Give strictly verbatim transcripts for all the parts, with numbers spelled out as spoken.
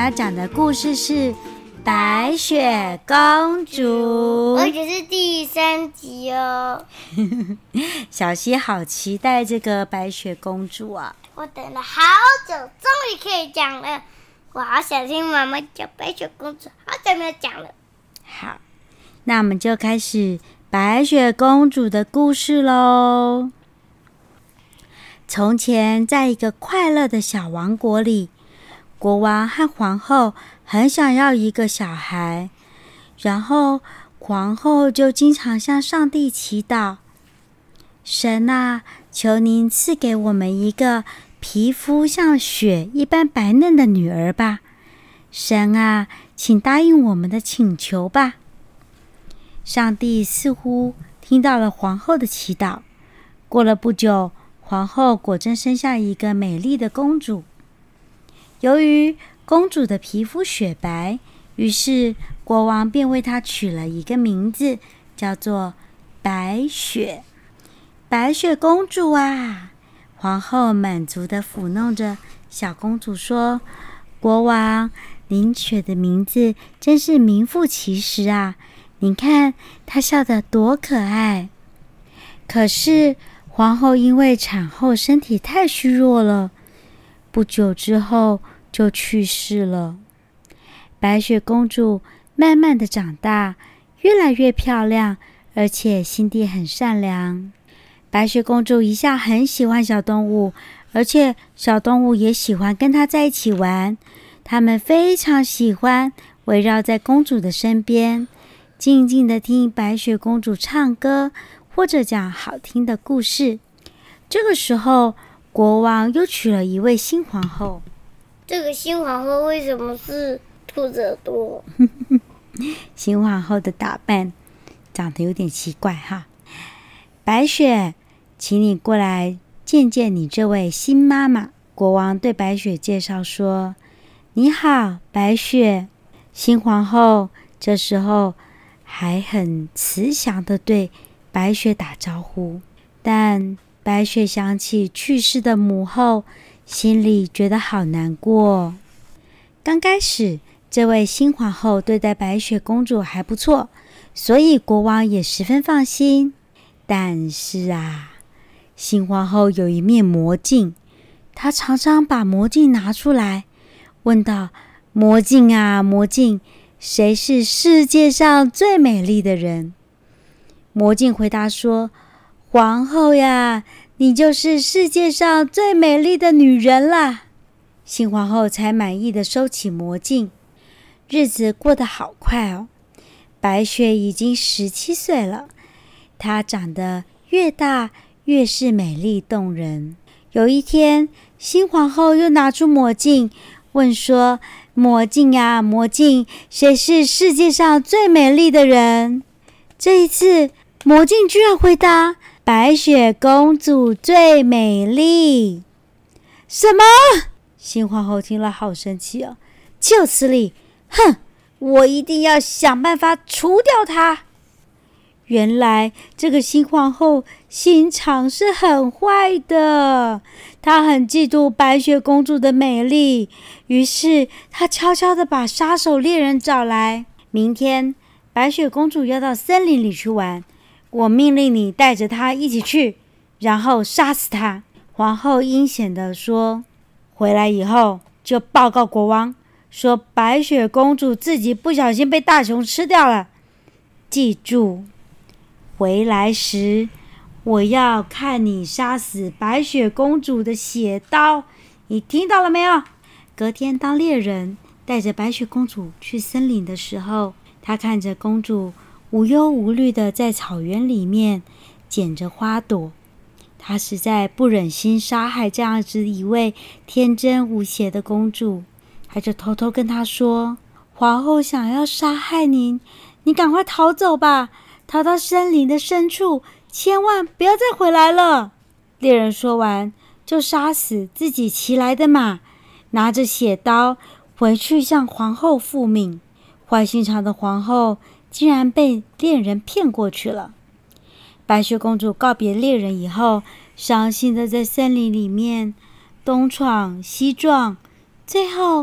要讲的故事是白雪公主， 而且是第三集哦。 小希好期待这个白雪公主啊！ 我等了好久，终于可以讲了。我好想听妈妈讲白雪公主，好久没有讲了。 好，那我们就开始白雪公主的故事咯。从前，在一个快乐的小王国里，国王和皇后很想要一个小孩，然后皇后就经常向上帝祈祷：神啊，求您赐给我们一个皮肤像雪一般白嫩的女儿吧。神啊，请答应我们的请求吧。上帝似乎听到了皇后的祈祷，过了不久，皇后果真生下一个美丽的公主。由于公主的皮肤雪白，于是国王便为她取了一个名字，叫做白雪。白雪公主啊！皇后满足地抚弄着小公主说：国王，您取的名字真是名副其实啊！您看她笑得多可爱。可是皇后因为产后身体太虚弱了，不久之后就去世了。白雪公主慢慢的长大，越来越漂亮，而且心地很善良。白雪公主一向很喜欢小动物，而且小动物也喜欢跟她在一起玩。它们非常喜欢围绕在公主的身边，静静的听白雪公主唱歌，或者讲好听的故事。这个时候，国王又娶了一位新皇后。 这个新皇后为什么是兔子耳朵？ 新皇后的打扮长得有点奇怪哈。白雪，请你过来见见你这位新妈妈。国王对白雪介绍说：你好，白雪。新皇后这时候还很慈祥地对白雪打招呼，但白雪想起去世的母后，心里觉得好难过。刚开始，这位新皇后对待白雪公主还不错，所以国王也十分放心。但是啊，新皇后有一面魔镜，她常常把魔镜拿出来，问道：魔镜啊，魔镜，谁是世界上最美丽的人？魔镜回答说：皇后呀，你就是世界上最美丽的女人啦。新皇后才满意的收起魔镜。日子过得好快哦，白雪已经十七岁了，她长得越大越是美丽动人。有一天，新皇后又拿出魔镜，问说：魔镜啊，魔镜，谁是世界上最美丽的人？这一次，魔镜居然回答：白雪公主最美丽。什么？新皇后听了好生气哦，就此理，哼，我一定要想办法除掉她。原来这个新皇后心肠是很坏的，她很嫉妒白雪公主的美丽，于是她悄悄地把杀手猎人找来。明天白雪公主要到森林里去玩，我命令你带着她一起去，然后杀死她。皇后阴险地说：回来以后就报告国王，说白雪公主自己不小心被大熊吃掉了。记住，回来时我要看你杀死白雪公主的血刀，你听到了没有？隔天，当猎人带着白雪公主去森林的时候，他看着公主无忧无虑地在草原里面捡着花朵，他实在不忍心杀害这样子一位天真无邪的公主，他就偷偷跟她说：皇后想要杀害您，你赶快逃走吧，逃到森林的深处，千万不要再回来了。猎人说完，就杀死自己骑来的马，拿着血刀回去向皇后复命。坏心肠的皇后竟然被猎人骗过去了。白雪公主告别猎人以后，伤心的在森林里面东闯西撞，最后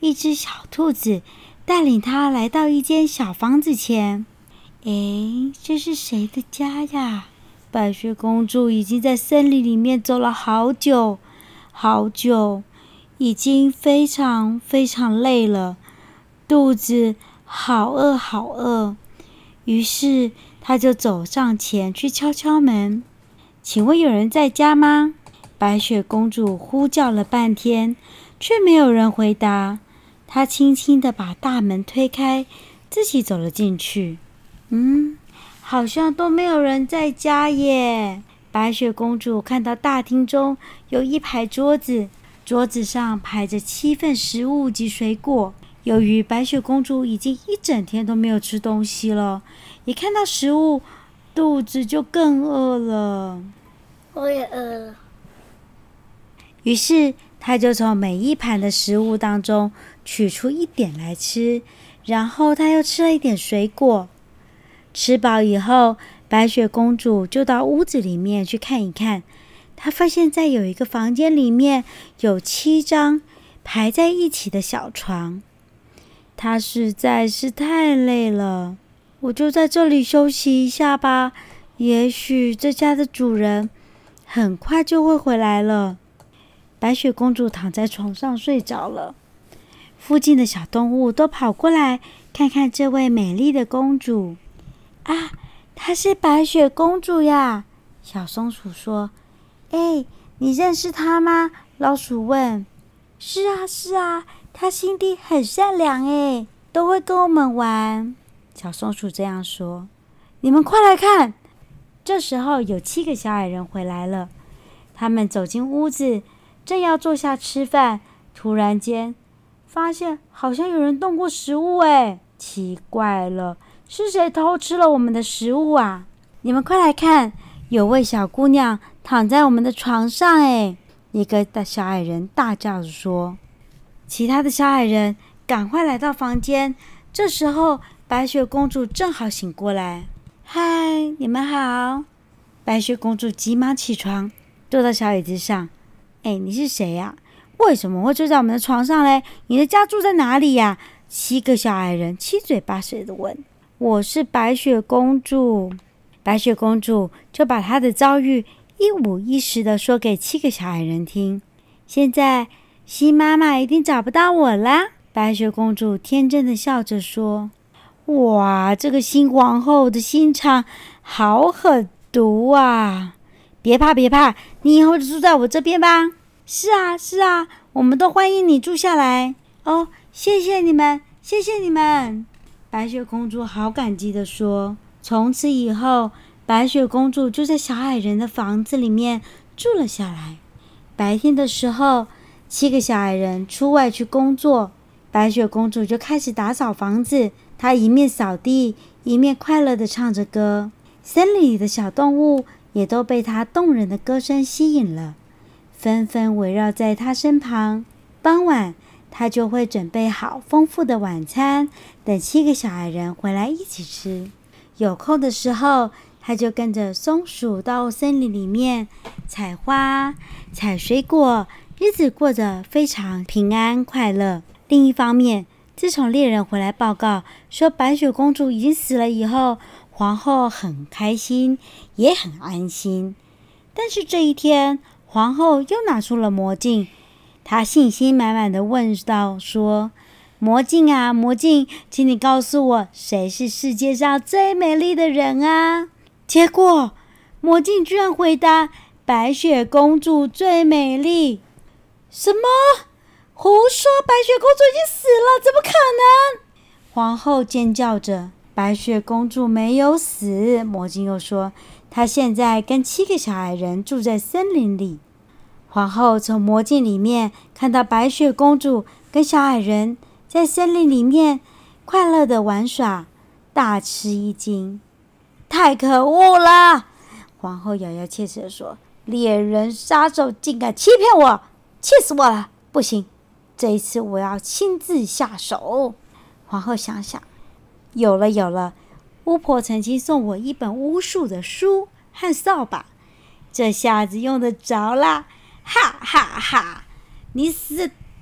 一只小兔子带领他来到一间小房子前。诶，这是谁的家呀？白雪公主已经在森林里面走了好久好久，已经非常非常累了，肚子好饿好饿。于是她就走上前去敲敲门，请问有人在家吗？白雪公主呼叫了半天，却没有人回答。她轻轻地把大门推开，自己走了进去。嗯，好像都没有人在家耶。白雪公主看到大厅中有一排桌子，桌子上排着七份食物及水果。由于白雪公主已经一整天都没有吃东西了，一看到食物，肚子就更饿了。 我也饿了。 于是她就从每一盘的食物当中取出一点来吃，然后她又吃了一点水果。吃饱以后，白雪公主就到屋子里面去看一看。她发现在有一个房间里面有七张排在一起的小床。她实在是太累了，我就在这里休息一下吧，也许这家的主人很快就会回来了。白雪公主躺在床上睡着了，附近的小动物都跑过来看看这位美丽的公主。啊，她是白雪公主呀！小松鼠说。哎，你认识她吗？老鼠问。是啊，是啊，她心地很善良哎，都会跟我们玩。小松鼠这样说。你们快来看！这时候有七个小矮人回来了，他们走进屋子，正要坐下吃饭，突然间发现好像有人动过食物哎，奇怪了，是谁偷吃了我们的食物啊？你们快来看，有位小姑娘躺在我们的床上哎！一个小矮人大叫着说。其他的小矮人赶快来到房间，这时候白雪公主正好醒过来。嗨，你们好！白雪公主急忙起床，坐到小椅子上。哎，你是谁呀？为什么会坐在我们的床上嘞？你的家住在哪里呀？七个小矮人七嘴八舌地问。我是白雪公主。白雪公主就把她的遭遇一五一十地说给七个小矮人听。现在新妈妈一定找不到我啦！白雪公主天真的笑着说。哇，这个新皇后的心肠好狠毒啊！别怕别怕，你以后就住在我这边吧。是啊是啊，我们都欢迎你住下来哦。谢谢你们，谢谢你们！白雪公主好感激地说。从此以后，白雪公主就在小矮人的房子里面住了下来。白天的时候，七个小矮人出外去工作，白雪公主就开始打扫房子。她一面扫地，一面快乐地唱着歌。森林里的小动物也都被她动人的歌声吸引了，纷纷围绕在她身旁。傍晚，她就会准备好丰富的晚餐，等七个小矮人回来一起吃。有空的时候，她就跟着松鼠到森林里面采花、采水果，日子过得非常平安快乐。另一方面，自从猎人回来报告说白雪公主已经死了以后，皇后很开心，也很安心。但是这一天，皇后又拿出了魔镜，她信心满满地问道说：魔镜啊魔镜，请你告诉我，谁是世界上最美丽的人啊？结果魔镜居然回答：白雪公主最美丽。什么？胡说！白雪公主已经死了，怎么可能？皇后尖叫着。白雪公主没有死，魔镜又说，她现在跟七个小矮人住在森林里。皇后从魔镜里面看到白雪公主跟小矮人在森林里面快乐的玩耍，大吃一惊。太可恶了！皇后咬牙切齿地说，猎人杀手竟敢欺骗我，气死我了！不行，这一次我要亲自下手。皇后想想，有了有了，巫婆曾经送我一本巫术的书和扫把，这下子用得着啦！哈哈哈！你死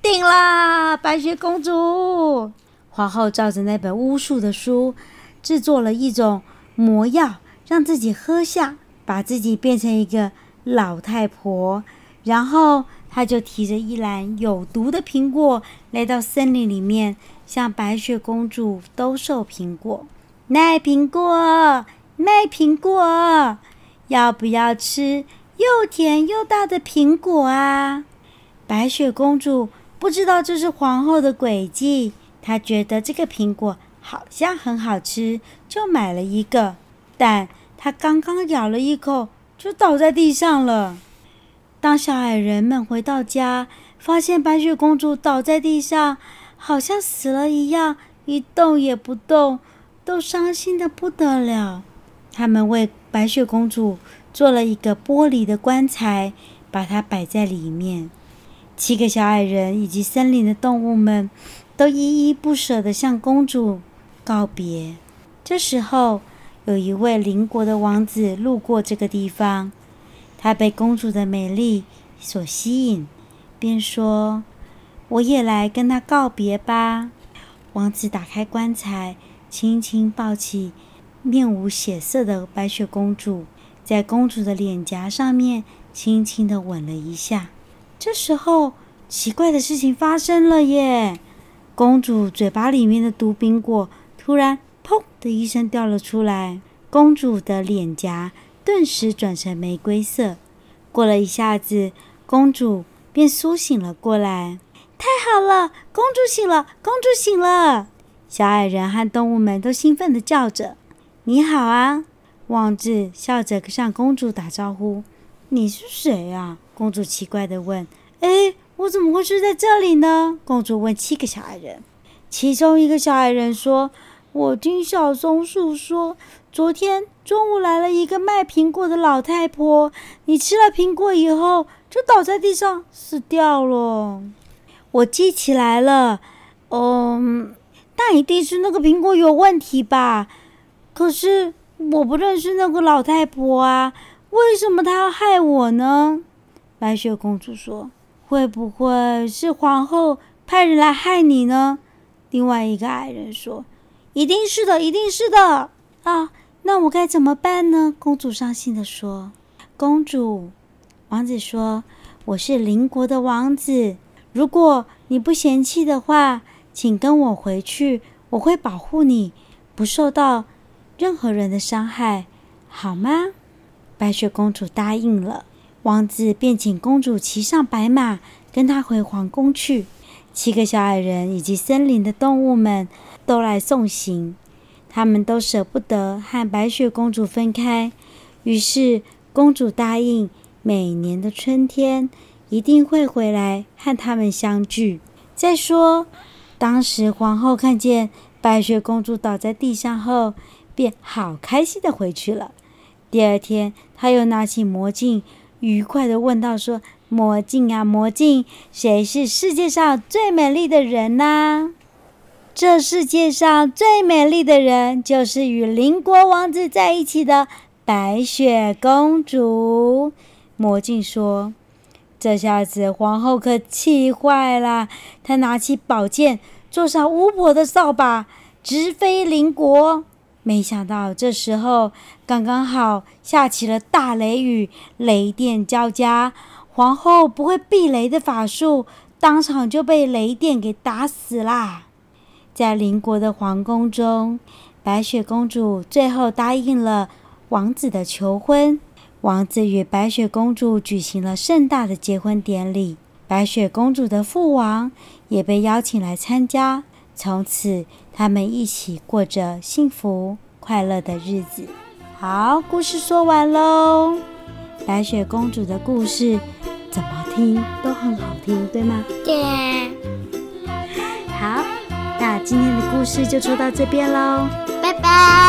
定啦，白雪公主！皇后照着那本巫术的书，制作了一种魔药，让自己喝下，把自己变成一个老太婆。然后她就提着一篮有毒的苹果，来到森林里面，向白雪公主兜售苹果。卖苹果，卖苹果，要不要吃又甜又大的苹果啊？白雪公主不知道这是皇后的诡计，她觉得这个苹果好像很好吃，就买了一个。但她刚刚咬了一口，就倒在地上了。当小矮人们回到家，发现白雪公主倒在地上，好像死了一样，一动也不动，都伤心得不得了。他们为白雪公主做了一个玻璃的棺材，把它摆在里面。七个小矮人以及森林的动物们都依依不舍地向公主告别。这时候，有一位邻国的王子路过这个地方，他被公主的美丽所吸引，便说：“我也来跟她告别吧。”王子打开棺材，轻轻抱起面无血色的白雪公主，在公主的脸颊上面轻轻地吻了一下。这时候，奇怪的事情发生了耶！公主嘴巴里面的毒苹果突然砰的一声掉了出来，公主的脸颊顿时转成玫瑰色。过了一下子，公主便苏醒了过来。太好了，公主醒了，公主醒了！小矮人和动物们都兴奋地叫着：“你好啊！”王子笑着向公主打招呼。“你是谁啊？”公主奇怪地问。“诶，我怎么会是在这里呢？”公主问七个小矮人。其中一个小矮人说：“我听小松鼠说，昨天中午来了一个卖苹果的老太婆，你吃了苹果以后就倒在地上死掉了。”我记起来了，嗯，那一定是那个苹果有问题吧？可是我不认识那个老太婆啊，为什么她要害我呢？白雪公主说：“会不会是皇后派人来害你呢？”另外一个矮人说：“一定是的，一定是的啊！那我该怎么办呢？”公主伤心地说。“公主，”王子说，“我是邻国的王子，如果你不嫌弃的话，请跟我回去，我会保护你，不受到任何人的伤害，好吗？”白雪公主答应了。王子便请公主骑上白马，跟他回皇宫去。七个小矮人以及森林的动物们都来送行，他们都舍不得和白雪公主分开，于是公主答应每年的春天一定会回来和他们相聚。再说，当时皇后看见白雪公主倒在地上后，便好开心的回去了。第二天，她又拿起魔镜，愉快地问道说：“魔镜啊魔镜，谁是世界上最美丽的人呢？”“这世界上最美丽的人，就是与邻国王子在一起的白雪公主。”魔镜说。这下子皇后可气坏了，她拿起宝剑，坐上巫婆的扫把，直飞邻国。没想到这时候刚刚好下起了大雷雨，雷电交加，皇后不会避雷的法术，当场就被雷电给打死啦。在邻国的皇宫中，白雪公主最后答应了王子的求婚，王子与白雪公主举行了盛大的结婚典礼，白雪公主的父王也被邀请来参加。从此他们一起过着幸福快乐的日子。好，故事说完喽。白雪公主的故事怎么听都很好听，对吗？ 对。 好，那今天的故事就说到这边喽， 拜拜。